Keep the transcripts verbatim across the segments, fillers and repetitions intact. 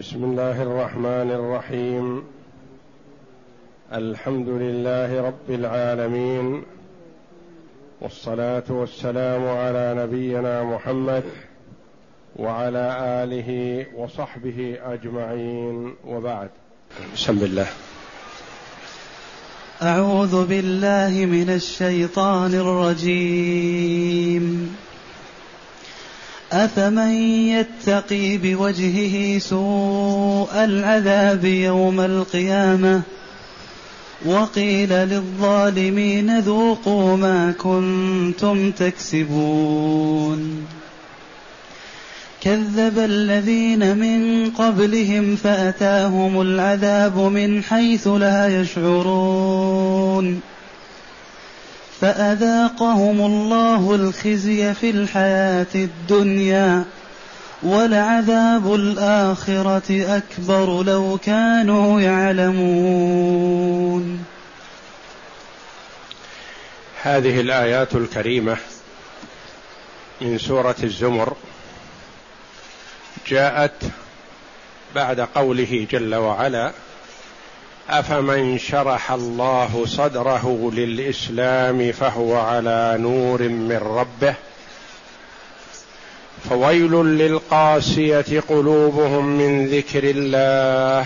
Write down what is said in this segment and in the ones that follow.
بسم الله الرحمن الرحيم. الحمد لله رب العالمين، والصلاة والسلام على نبينا محمد وعلى آله وصحبه أجمعين، وبعد. بسم الله. أعوذ بالله من الشيطان الرجيم. أفمن يتقي بوجهه سوء العذاب يوم القيامة وقيل للظالمين ذوقوا ما كنتم تكسبون. كذب الذين من قبلهم فأتاهم العذاب من حيث لا يشعرون فأذاقهم الله الخزي في الحياة الدنيا ولعذاب الآخرة أكبر لو كانوا يعلمون. هذه الآيات الكريمة من سورة الزمر جاءت بعد قوله جل وعلا: أفمن شرح الله صدره للإسلام فهو على نور من ربه فويل للقاسية قلوبهم من ذكر الله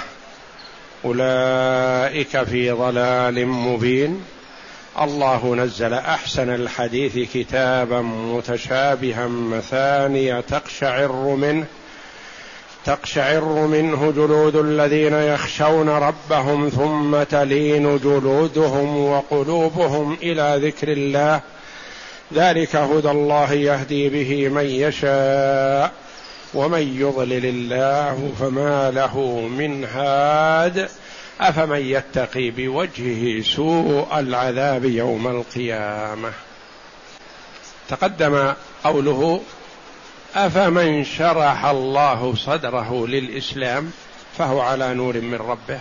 أولئك في ضلال مبين. الله نزل أحسن الحديث كتابا متشابها مثانية تقشعر منه تقشعر منه جلود الذين يخشون ربهم ثم تلين جلودهم وقلوبهم إلى ذكر الله ذلك هدى الله يهدي به من يشاء ومن يضلل الله فما له من هاد. أفمن يتقي بوجهه سوء العذاب يوم القيامة. تقدم قوله: أفمن شرح الله صدره للإسلام فهو على نور من ربه.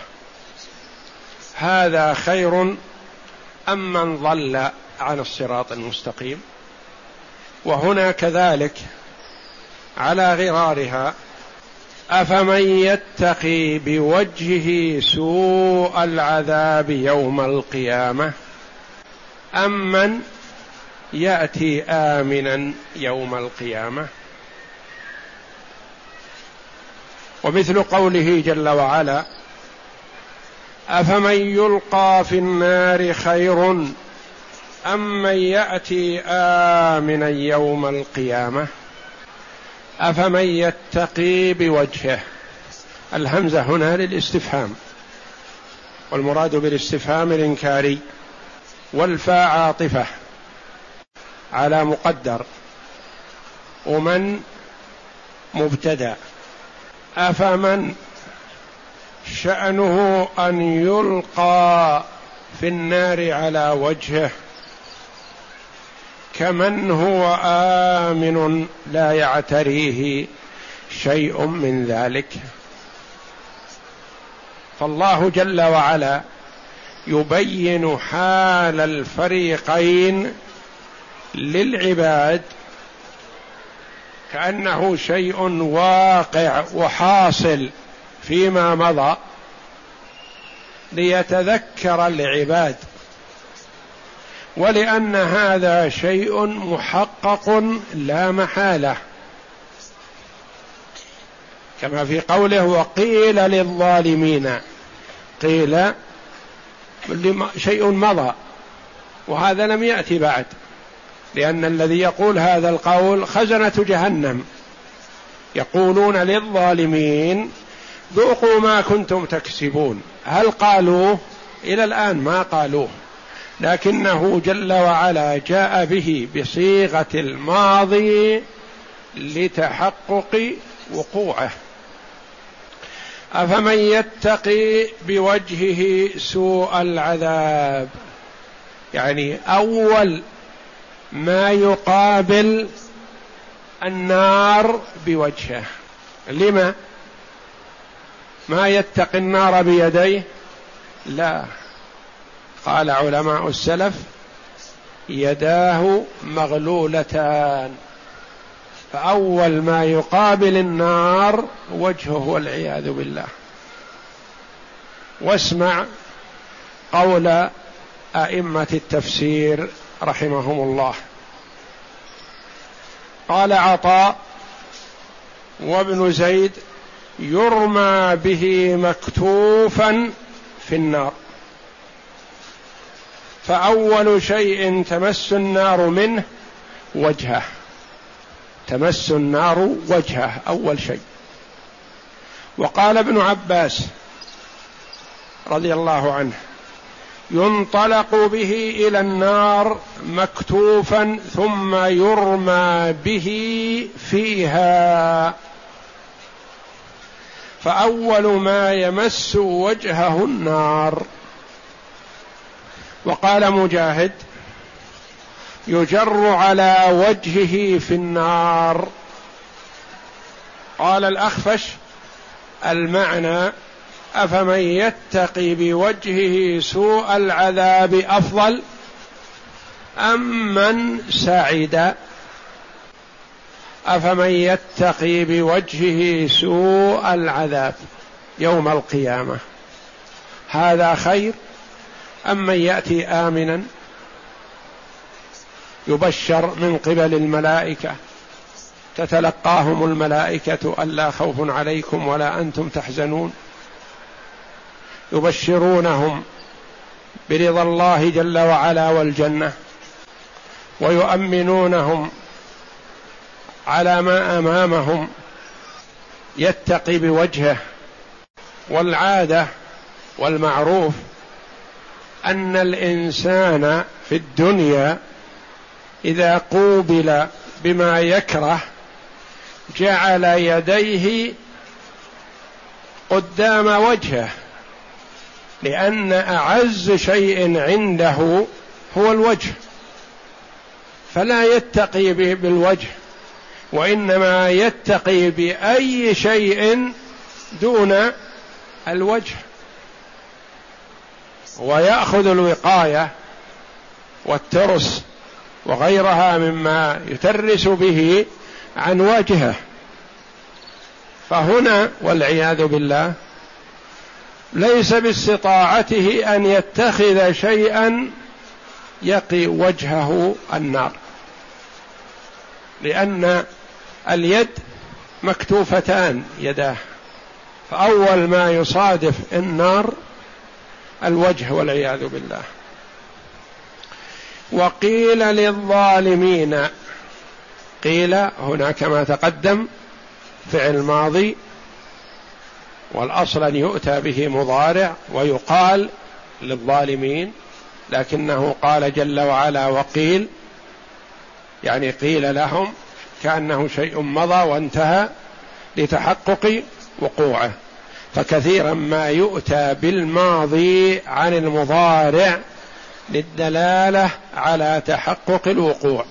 هذا خير أم من ضل عن الصراط المستقيم؟ وهنا كذلك على غرارها: أفمن يتقي بوجهه سوء العذاب يوم القيامة أم من يأتي آمنا يوم القيامة. ومثل قوله جل وعلا: أفمن يلقى في النار خير أم من يأتي آمنا يوم القيامة. أفمن يتقي بوجهه، الهمزة هنا للاستفهام، والمراد بالاستفهام الإنكاري، والفاء عاطفة على مقدر، ومن مبتدأ. أفمن شأنه أن يلقى في النار على وجهه كمن هو آمن لا يعتريه شيء من ذلك. فالله جل وعلا يبين حال الفريقين للعباد كأنه شيء واقع وحاصل فيما مضى ليتذكر العباد، ولأن هذا شيء محقق لا محالة، كما في قوله: وقيل للظالمين. قيل شيء مضى وهذا لم يأتي بعد، لأن الذي يقول هذا القول خزنة جهنم يقولون للظالمين ذوقوا ما كنتم تكسبون. هل قالوه؟ إلى الآن ما قالوه، لكنه جل وعلا جاء به بصيغة الماضي لتحقق وقوعه. أفمن يتقي بوجهه سوء العذاب، يعني أول ما يقابل النار بوجهه. لما ما يتقي النار بيديه؟ لا، قال علماء السلف: يداه مغلولتان، فأول ما يقابل النار وجهه والعياذ بالله. واسمع قول أئمة التفسير رحمهم الله. قال عطاء وابن زيد: يرمى به مكتوفا في النار، فأول شيء تمس النار منه وجهه، تمس النار وجهه أول شيء. وقال ابن عباس رضي الله عنه: ينطلق به إلى النار مكتوفا ثم يرمى به فيها، فأول ما يمس وجهه النار. وقال مجاهد: يجر على وجهه في النار. قال الأخفش: المعنى: أفمن يتقي بوجهه سوء العذاب أفضل أم من سعد؟ أفمن يتقي بوجهه سوء العذاب يوم القيامة هذا خير أم من يأتي آمنا يبشر من قبل الملائكة تتلقاهم الملائكة ألا خوف عليكم ولا أنتم تحزنون، يبشرونهم برضا الله جل وعلا والجنة، ويؤمنونهم على ما أمامهم، يتقي بوجهه. والعادة والمعروف أن الإنسان في الدنيا إذا قوبل بما يكره جعل يديه قدام وجهه، لأن أعز شيء عنده هو الوجه، فلا يتقي بالوجه، وإنما يتقي بأي شيء دون الوجه، ويأخذ الوقاية والترس وغيرها مما يترس به عن وجهه. فهنا والعياذ بالله ليس باستطاعته أن يتخذ شيئا يقي وجهه النار، لأن اليد مكتوفتان يداه، فأول ما يصادف النار الوجه والعياذ بالله. وقيل للظالمين، قيل هنا كما تقدم فعل ماضي، والأصل أن يؤتى به مضارع ويقال للظالمين، لكنه قال جل وعلا وقيل، يعني قيل لهم كأنه شيء مضى وانتهى لتحقق وقوعه. فكثيرا ما يؤتى بالماضي عن المضارع للدلالة على تحقق الوقوع.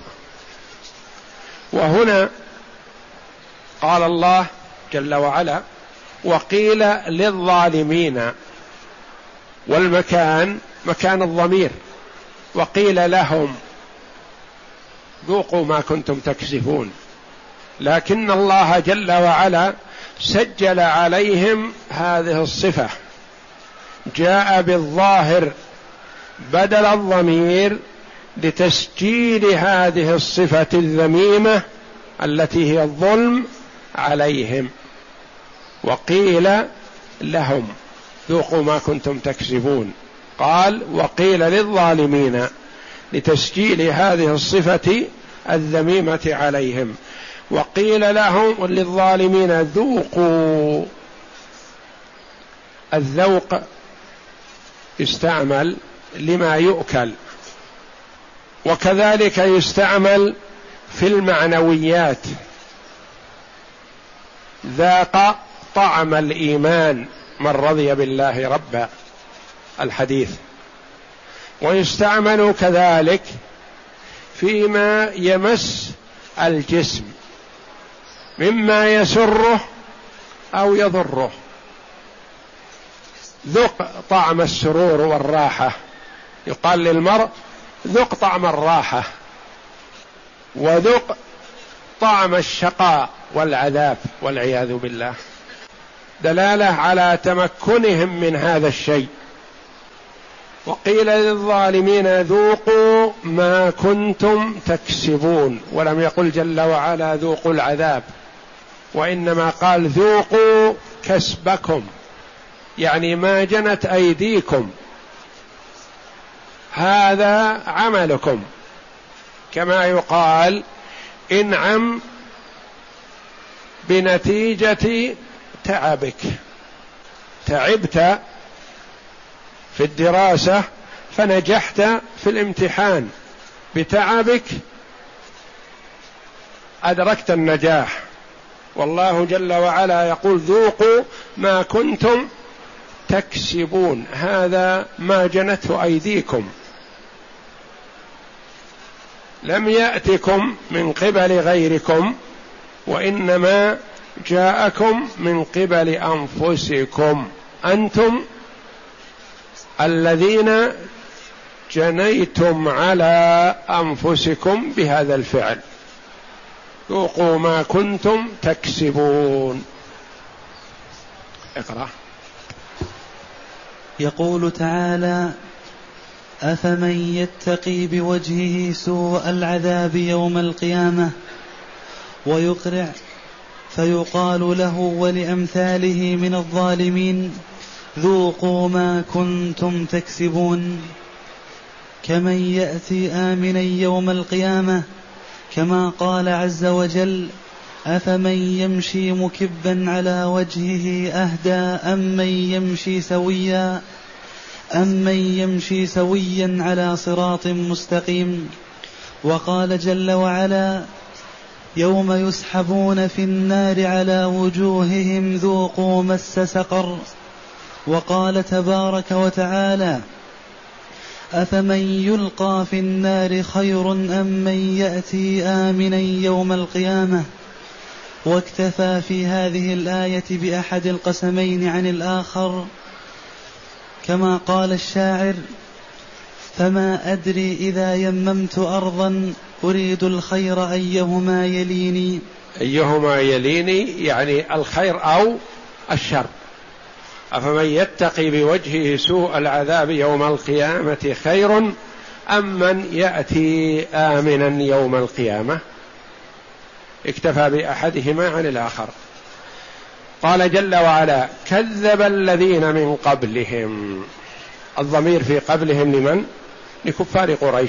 وهنا قال الله جل وعلا وقيل للظالمين، والمكان مكان الضمير، وقيل لهم ذوقوا ما كنتم تكسبون، لكن الله جل وعلا سجل عليهم هذه الصفة، جاء بالظاهر بدل الضمير لتسجيل هذه الصفة الذميمة التي هي الظلم عليهم. وقيل لهم ذوقوا ما كنتم تكسبون، قال وقيل للظالمين لتسجيل هذه الصفة الذميمة عليهم. وقيل لهم للظالمين ذوقوا، الذوق يستعمل لما يؤكل، وكذلك يستعمل في المعنويات، ذاق طعم الإيمان من رضي بالله ربا الحديث. ويستعمل كذلك فيما يمس الجسم مما يسره أو يضره، ذق طعم السرور والراحة، يقال للمرء ذق طعم الراحة، وذق طعم الشقاء والعذاب والعياذ بالله، دلالة على تمكنهم من هذا الشيء. وقيل للظالمين ذوقوا ما كنتم تكسبون، ولم يقل جل وعلا ذوقوا العذاب، وإنما قال ذوقوا كسبكم، يعني ما جنت أيديكم، هذا عملكم. كما يقال انعم بنتيجة تعبك، تعبت في الدراسة فنجحت في الامتحان، بتعبك أدركت النجاح. والله جل وعلا يقول ذوقوا ما كنتم تكسبون، هذا ما جنته أيديكم، لم يأتكم من قبل غيركم، وإنما جاءكم من قبل أنفسكم، أنتم الذين جنيتم على أنفسكم بهذا الفعل. ذوقوا ما كنتم تكسبون. اقرأ. يقول تعالى: أفمن يتقي بوجهه سوء العذاب يوم القيامة ويقرع فيقال له ولأمثاله من الظالمين ذوقوا ما كنتم تكسبون، كمن يأتي آمنا يوم القيامة، كما قال عز وجل: أفمن يمشي مكبا على وجهه أهدى أمن يمشي سويا أمن يمشي سويا على صراط مستقيم. وقال جل وعلا: يوم يسحبون في النار على وجوههم ذوقوا مس سقر. وقال تبارك وتعالى: أفمن يلقى في النار خير أم من يأتي آمنا يوم القيامة. واكتفى في هذه الآية بأحد القسمين عن الآخر، كما قال الشاعر: فما أدري إذا يممت أرضا أريد الخير أيهما يليني. أيهما يليني يعني الخير أو الشر. أفمن يتقي بوجهه سوء العذاب يوم القيامة خير أم من يأتي آمنا يوم القيامة. اكتفى بأحدهما عن الآخر. قال جل وعلا: كذب الذين من قبلهم. الضمير في قبلهم لمن؟ لكفار قريش.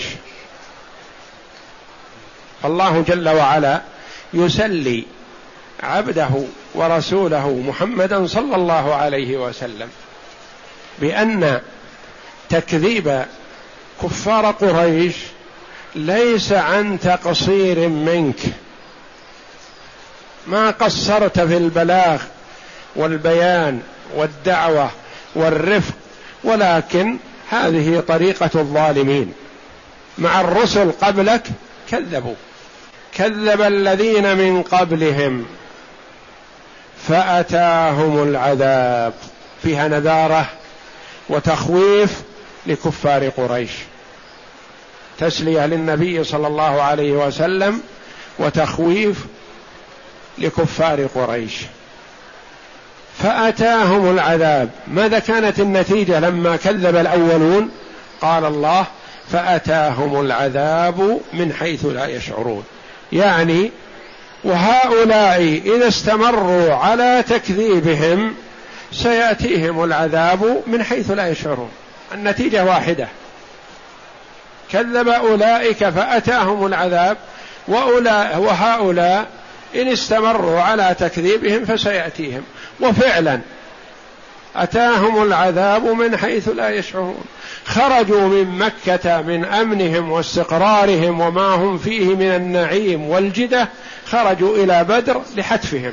الله جل وعلا يسلي عبده ورسوله محمدا صلى الله عليه وسلم بأن تكذيب كفار قريش ليس عن تقصير منك، ما قصرت في البلاغ والبيان والدعوة والرفق، ولكن هذه طريقة الظالمين مع الرسل قبلك، كذبوا. كذب الذين من قبلهم فأتاهم العذاب، فيها نذارة وتخويف لكفار قريش، تسلية للنبي صلى الله عليه وسلم وتخويف لكفار قريش. فأتاهم العذاب. ماذا كانت النتيجة لما كذب الأولون؟ قال الله: فأتاهم العذاب من حيث لا يشعرون. يعني وهؤلاء إذا استمروا على تكذيبهم سيأتيهم العذاب من حيث لا يشعرون. النتيجة واحدة: كذب أولئك فأتاهم العذاب، وهؤلاء إن استمروا على تكذيبهم فسيأتيهم. وفعلا أتاهم العذاب من حيث لا يشعرون. خرجوا من مكة من أمنهم واستقرارهم وما هم فيه من النعيم والجدة، خرجوا إلى بدر لحتفهم،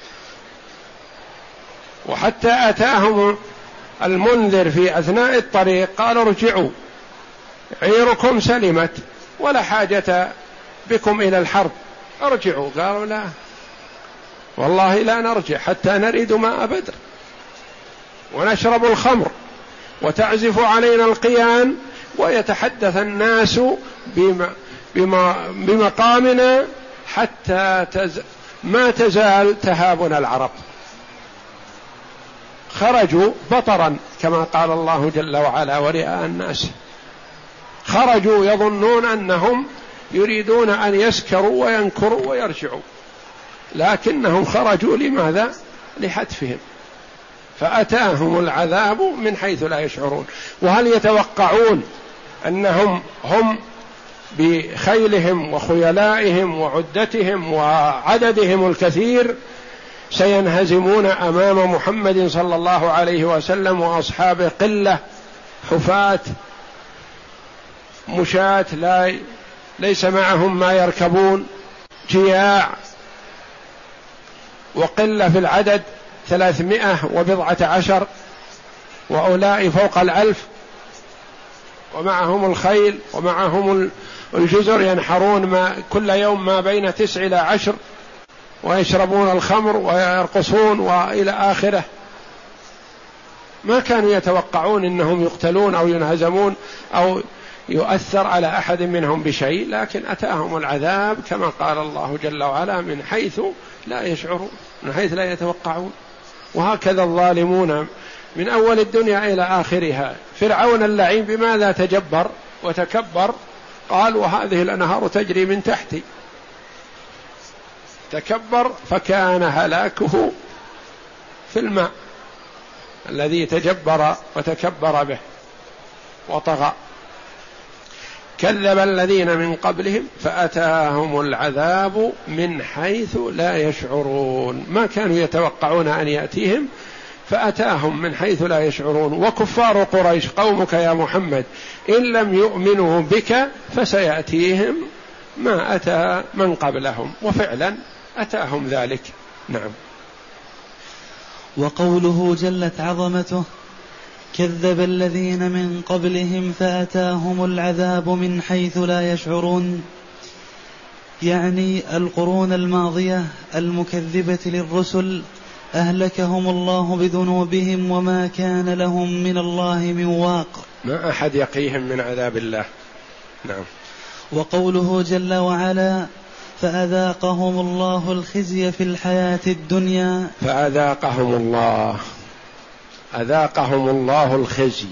وحتى أتاهم المنذر في أثناء الطريق قال: ارجعوا عيركم سلمت ولا حاجة بكم إلى الحرب، ارجعوا. قالوا: لا والله لا نرجع حتى نرد ماء بدر ونشرب الخمر وتعزف علينا القيان ويتحدث الناس بما بما بمقامنا حتى تز... ما تزال تهابنا العرب، خرجوا بطرا كما قال الله جل وعلا ورئاء الناس، خرجوا يظنون أنهم يريدون أن يسكروا وينكروا ويرجعوا، لكنهم خرجوا لماذا؟ لحتفهم، فأتاهم العذاب من حيث لا يشعرون. وهل يتوقعون أنهم هم بخيلهم وخيلائهم وعدتهم وعددهم الكثير سينهزمون أمام محمد صلى الله عليه وسلم وأصحابه قلة حفاة مشاة لا ليس معهم ما يركبون، جياع وقلة في العدد ثلاثمائة وبضعة عشر، وأولئك فوق الألف، ومعهم الخيل ومعهم الجزر ينحرون ما كل يوم ما بين تسع إلى عشر، ويشربون الخمر ويرقصون وإلى آخره. ما كانوا يتوقعون أنهم يقتلون أو ينهزمون أو يؤثر على أحد منهم بشيء، لكن أتاهم العذاب كما قال الله جل وعلا من حيث لا يشعرون، من حيث لا يتوقعون. وهكذا الظالمون من أول الدنيا إلى آخرها. فرعون اللعين بماذا تجبر وتكبر؟ قال وهذه الأنهار تجري من تحتي، تكبر فكان هلاكه في الماء الذي تجبر وتكبر به وطغى. كذب الذين من قبلهم فأتاهم العذاب من حيث لا يشعرون، ما كانوا يتوقعون أن يأتيهم فأتاهم من حيث لا يشعرون. وكفار قريش قومك يا محمد إن لم يؤمنوا بك فسيأتيهم ما أتى من قبلهم، وفعلا أتاهم ذلك. نعم. وقوله جلت عظمته كذب الذين من قبلهم فأتاهم العذاب من حيث لا يشعرون، يعني القرون الماضية المكذبة للرسل أهلكهم الله بذنوبهم وما كان لهم من الله من واق، ما أحد يقيهم من عذاب الله. نعم. وقوله جل وعلا فأذاقهم الله الخزي في الحياة الدنيا، فأذاقهم الله، أذاقهم الله الخزي،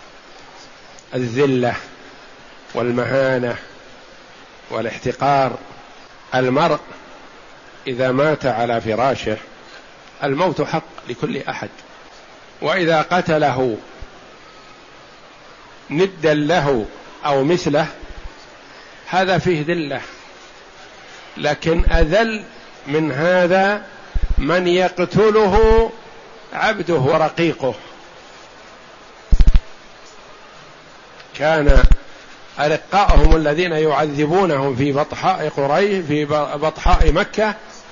الذلة والمهانة والاحتقار. المرء إذا مات على فراشه الموت حق لكل أحد، وإذا قتله ندا له أو مثله هذا فيه ذلة. لكن أذل من هذا من يقتله عبده ورقيقه. كان أرقاءهم الذين يعذبونهم في بطحاء قريش في بطحاء مكة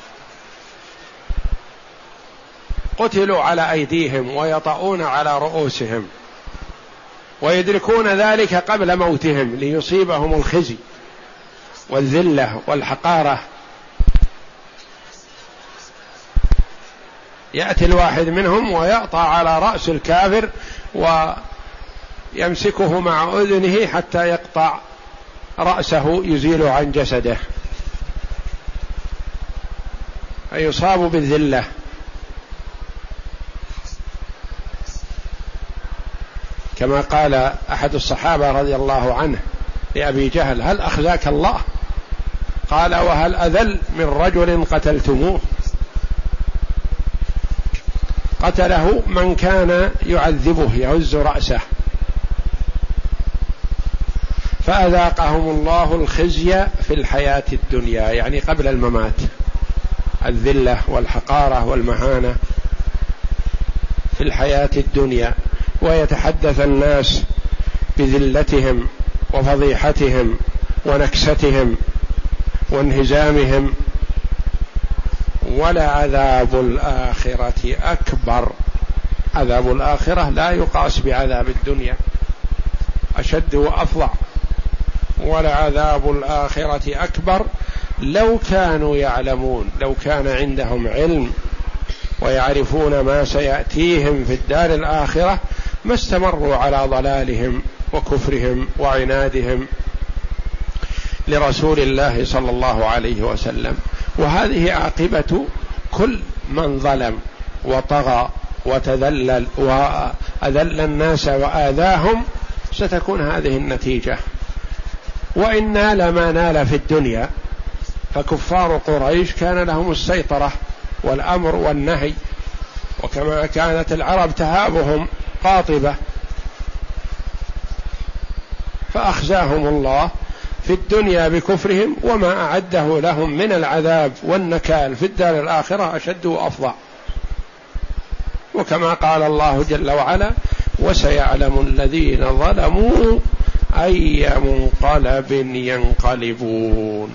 قتلوا على أيديهم ويطؤون على رؤوسهم، ويدركون ذلك قبل موتهم ليصيبهم الخزي والذلة والحقارة. يأتي الواحد منهم ويقطع على رأس الكافر ويمسكه مع أذنه حتى يقطع رأسه يزيل عن جسده، فيصاب بالذلة. كما قال أحد الصحابة رضي الله عنه لأبي جهل هل أخزاك الله؟ قال وهل أذل من رجل قتلتموه؟ قتله من كان يعذبه يهز رأسه. فأذاقهم الله الخزي في الحياة الدنيا، يعني قبل الممات، الذلة والحقارة والمهانة في الحياة الدنيا. ويتحدث الناس بذلتهم وفضيحتهم ونكستهم وانهزامهم. ولعذاب الآخرة أكبر، عذاب الآخرة لا يقاس بعذاب الدنيا، أشد وأفظع. ولعذاب الآخرة أكبر لو كانوا يعلمون، لو كان عندهم علم ويعرفون ما سيأتيهم في الدار الآخرة ما استمروا على ضلالهم وكفرهم وعنادهم. لرسول الله صلى الله عليه وسلم. وهذه عاقبة كل من ظلم وطغى وتذلل وأذل الناس وآذاهم، ستكون هذه النتيجة. وإن نال ما نال في الدنيا، فكفار قريش كان لهم السيطرة والأمر والنهي، وكما كانت العرب تهابهم قاطبة، فأخزاهم الله في الدنيا بكفرهم، وما أعده لهم من العذاب والنكال في الدار الآخرة أشد وأفظع. وكما قال الله جل وعلا: وسيعلم الذين ظلموا أي منقلب ينقلبون.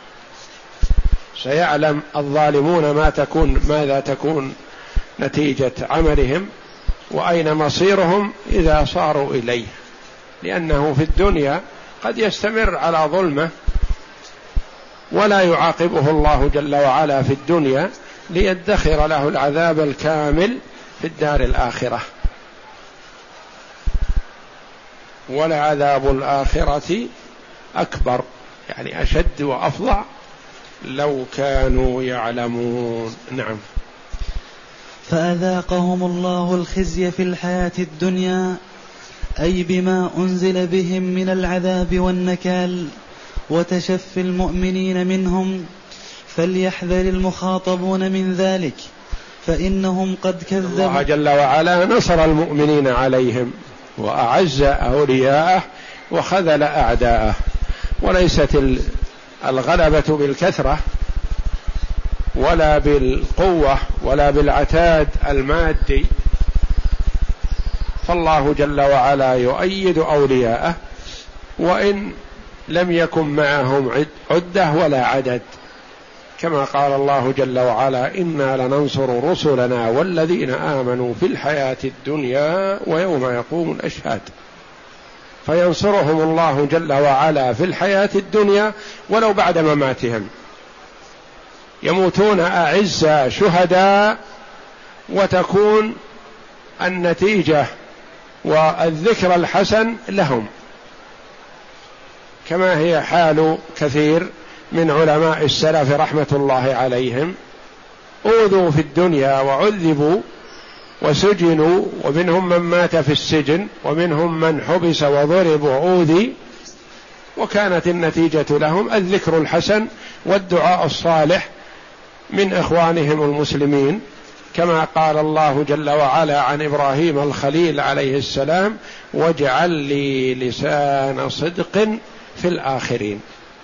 سيعلم الظالمون ما تكون ماذا تكون نتيجة عملهم وأين مصيرهم إذا صاروا إليه، لأنه في الدنيا قد يستمر على ظلمه ولا يعاقبه الله جل وعلا في الدنيا ليدخر له العذاب الكامل في الدار الآخرة. ولعذاب الآخرة أكبر، يعني أشد وأفظع لو كانوا يعلمون. نعم. فأذاقهم الله الخزي في الحياة الدنيا، أي بما أنزل بهم من العذاب والنكال وتشفي المؤمنين منهم، فليحذر المخاطبون من ذلك، فإنهم قد كذبوا. الله جل وعلا نصر المؤمنين عليهم وأعز أولياءه وخذل أعداءه، وليست الغلبة بالكثرة ولا بالقوة ولا بالعتاد المادي، فالله جل وعلا يؤيد أولياءه وإن لم يكن معهم عدة ولا عدد، كما قال الله جل وعلا: إنا لننصر رسلنا والذين آمنوا في الحياة الدنيا ويوم يقوم الأشهاد. فينصرهم الله جل وعلا في الحياة الدنيا ولو بعد مماتهم، يموتون أعزة شهداء، وتكون النتيجة والذكر الحسن لهم، كما هي حال كثير من علماء السلف رحمة الله عليهم، أوذوا في الدنيا وعذبوا وسجنوا، ومنهم من مات في السجن، ومنهم من حبس وضرب وأوذي، وكانت النتيجة لهم الذكر الحسن والدعاء الصالح من إخوانهم المسلمين، كما قال الله جل وعلا عن إبراهيم الخليل عليه السلام: واجعل لي لسان صدق في الآخرين.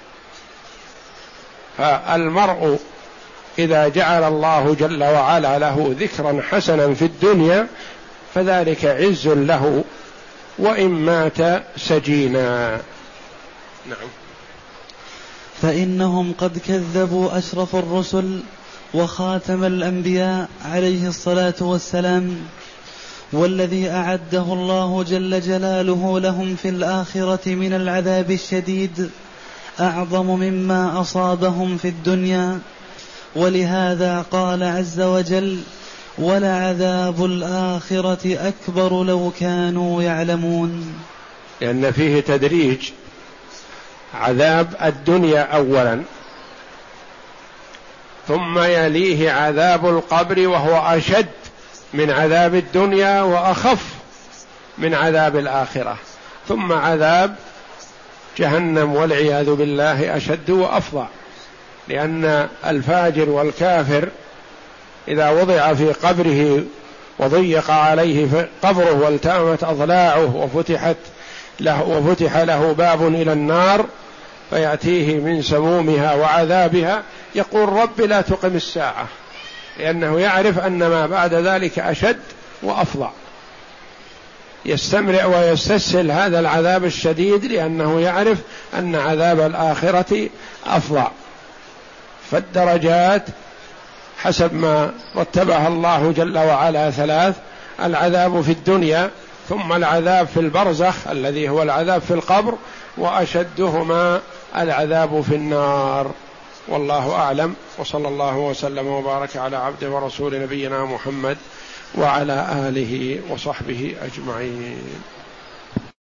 فالمرء إذا جعل الله جل وعلا له ذكرا حسنا في الدنيا فذلك عز له، وإن مات سجينا. نعم. فإنهم قد كذبوا أشرف الرسل وخاتم الأنبياء عليه الصلاة والسلام، والذي أعده الله جل جلاله لهم في الآخرة من العذاب الشديد أعظم مما أصابهم في الدنيا. ولهذا قال عز وجل: ولعذاب الآخرة أكبر لو كانوا يعلمون. لأن فيه تدريج، عذاب الدنيا أولا، ثم يليه عذاب القبر وهو أشد من عذاب الدنيا وأخف من عذاب الآخرة، ثم عذاب جهنم والعياذ بالله أشد وأفظع، لأن الفاجر والكافر إذا وضع في قبره وضيق عليه قبره والتامت أضلاعه وفتحت له وفتح له باب إلى النار فيأتيه من سمومها وعذابها، يقول: رب لا تقم الساعة، لأنه يعرف أن ما بعد ذلك أشد وأفظع، يستمرئ ويستسهل هذا العذاب الشديد لأنه يعرف أن عذاب الآخرة أفظع. فالدرجات حسب ما رتبها الله جل وعلا ثلاث: العذاب في الدنيا، ثم العذاب في البرزخ الذي هو العذاب في القبر، وأشدهما العذاب في النار. والله أعلم، وصلى الله وسلم وبارك على عبده ورسول نبينا محمد وعلى آله وصحبه أجمعين.